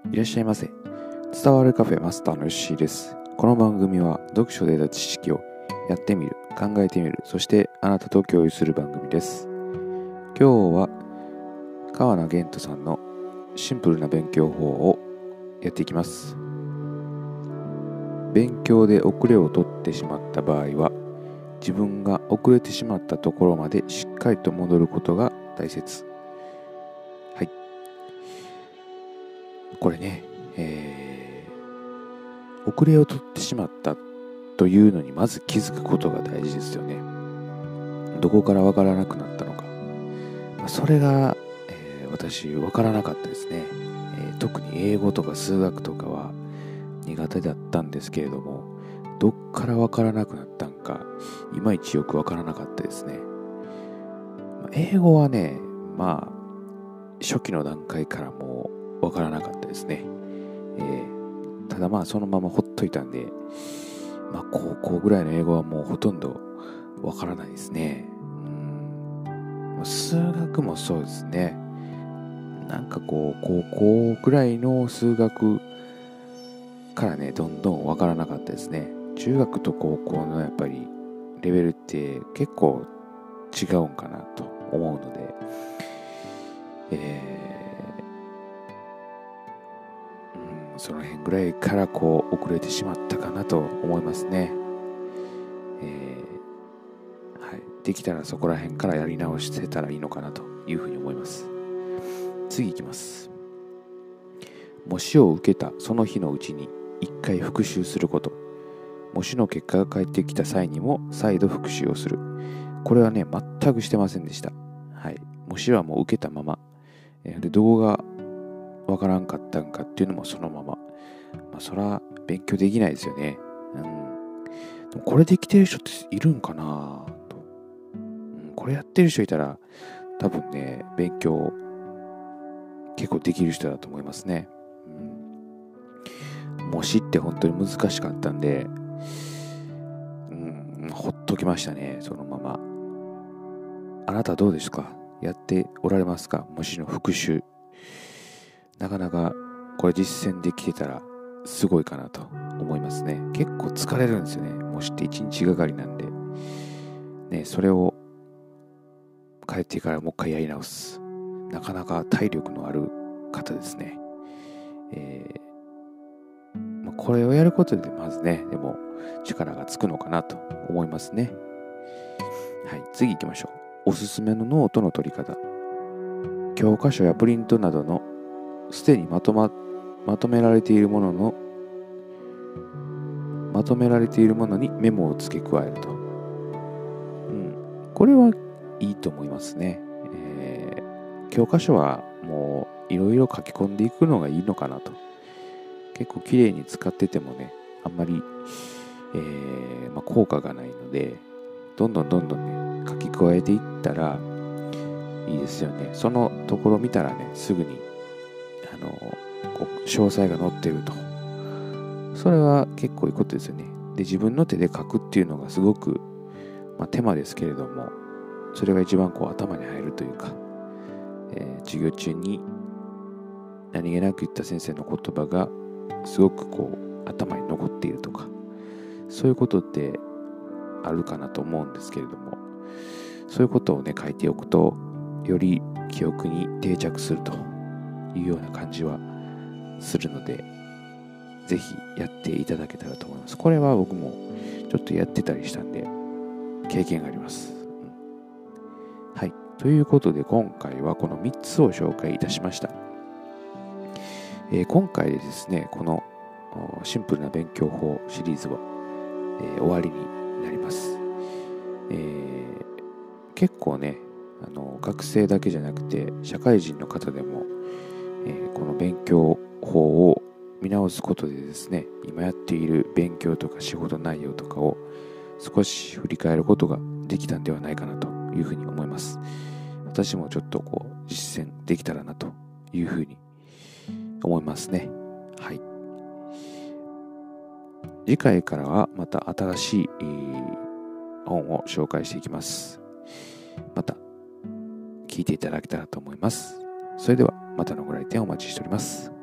いらっしゃいませ。伝わるカフェマスターのヨッシーです。この番組は読書で得た知識をやってみる、考えてみる、そしてあなたと共有する番組です。今日は川名玄斗さんのシンプルな勉強法をやっていきます。勉強で遅れをとってしまった場合は、自分が遅れてしまったところまでしっかりと戻ることが大切。はい。これね、遅れをとってしまったというのにまず気づくことが大事ですよね。どこからわからなくなったのか。それが、私わからなかったですね。特に英語とか数学とかは苦手だったんですけれども、どっからわからなくなったんか、いまいちよくわからなかったですね。英語はね、初期の段階からもうわからなかったですね。ただそのままほっといたんで、高校ぐらいの英語はもうほとんどわからないですね。数学もそうですね。高校ぐらいの数学からね、どんどんわからなかったですね。中学と高校のやっぱりレベルって結構違うんかなと思うので、その辺ぐらいから遅れてしまったかなと思いますね。はい、できたらそこら辺からやり直してたらいいのかなというふうに思います。次いきます。模試を受けたその日のうちに一回復習すること。模試の結果が返ってきた際にも再度復習をする。これはね、全くしてませんでした。はい。模試はもう受けたまま。で、動画わからんかったんかっていうのもそのまま。そら勉強できないですよね。でもこれできてる人っているんかなと、これやってる人いたら多分ね、勉強結構できる人だと思いますね。模試って本当に難しかったんで、ほっときましたね、そのまま。あなたどうですか？やっておられますか？模試の復習。なかなかこれ実践できてたらすごいかなと思いますね。結構疲れるんですよね。模試って1日がかりなんで。ね、それを帰ってからもう一回やり直す。なかなか体力のある方ですね。これをやることでまずね、でも力がつくのかなと思いますね。はい、次行きましょう。おすすめのノートの取り方。教科書やプリントなどのすでにまとめられているものにメモを付け加えると。これはいいと思いますね。教科書はもういろいろ書き込んでいくのがいいのかなと。結構綺麗に使っててもね、あんまり、効果がないので、どんどんね、書き加えていったらいいですよね。そのところ見たらね、すぐに詳細が載ってると。それは結構いいことですよね。で、自分の手で書くっていうのがすごく、手間ですけれども、それが一番頭に入るというか、授業中に何気なく言った先生の言葉がすごく頭に残っているとか、そういうことってあるかなと思うんですけれども、そういうことをね、書いておくとより記憶に定着するというような感じはするので、ぜひやっていただけたらと思います。これは僕もちょっとやってたりしたんで経験があります。はい。ということで今回はこの3つを紹介いたしました。今回でですね、このシンプルな勉強法シリーズは、終わりになります。結構ね、学生だけじゃなくて社会人の方でも、この勉強法を見直すことでですね、今やっている勉強とか仕事内容とかを少し振り返ることができたんではないかなというふうに思います。私もちょっと実践できたらなというふうに思いますね。はい。次回からはまた新しい本を紹介していきます。また聞いていただけたらと思います。それではまたのご来店お待ちしております。